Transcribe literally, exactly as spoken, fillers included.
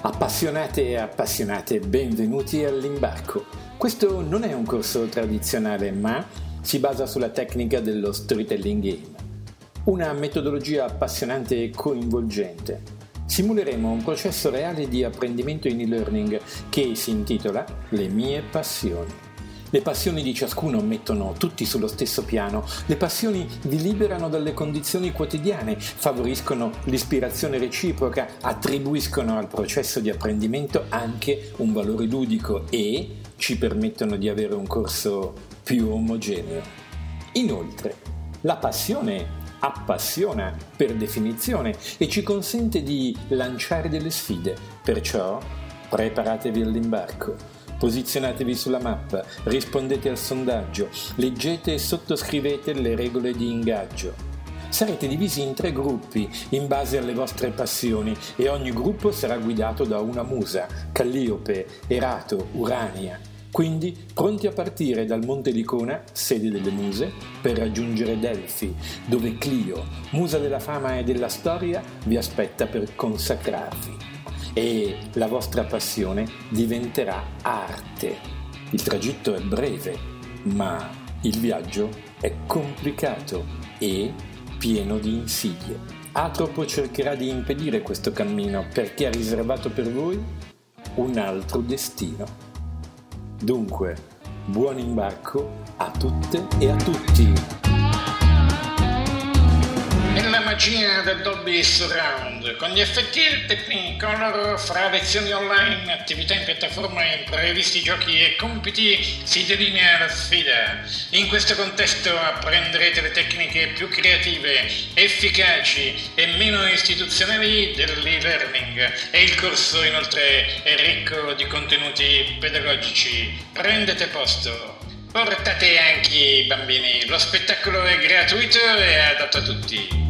Appassionate e appassionate, benvenuti all'Imbarco. Questo non è un corso tradizionale, ma si basa sulla tecnica dello storytelling game. Una metodologia appassionante e coinvolgente. Simuleremo un processo reale di apprendimento in e-learning che si intitola Le mie passioni. Le passioni di ciascuno mettono tutti sullo stesso piano. Le passioni vi liberano dalle condizioni quotidiane, favoriscono l'ispirazione reciproca, attribuiscono al processo di apprendimento anche un valore ludico e ci permettono di avere un corso più omogeneo. Inoltre, la passione appassiona per definizione e ci consente di lanciare delle sfide, perciò preparatevi all'imbarco. Posizionatevi sulla mappa, rispondete al sondaggio, leggete e sottoscrivete le regole di ingaggio. Sarete divisi in tre gruppi in base alle vostre passioni e ogni gruppo sarà guidato da una musa, Calliope, Erato, Urania. Quindi pronti a partire dal Monte Licona, sede delle muse, per raggiungere Delfi, dove Clio, musa della fama e della storia, vi aspetta per consacrarvi. E la vostra passione diventerà arte. Il tragitto è breve, ma il viaggio è complicato e pieno di insidie. Atropo cercherà di impedire questo cammino perché ha riservato per voi un altro destino. Dunque, buon imbarco a tutte e a tutti! La magia del Dolby Surround, con gli effetti Technicolor fra lezioni online, attività in piattaforma e imprevisti giochi e compiti, si delinea la sfida. In questo contesto apprenderete le tecniche più creative, efficaci e meno istituzionali dell'e-learning e il corso inoltre è ricco di contenuti pedagogici. Prendete posto, portate anche i bambini, lo spettacolo è gratuito e adatto a tutti.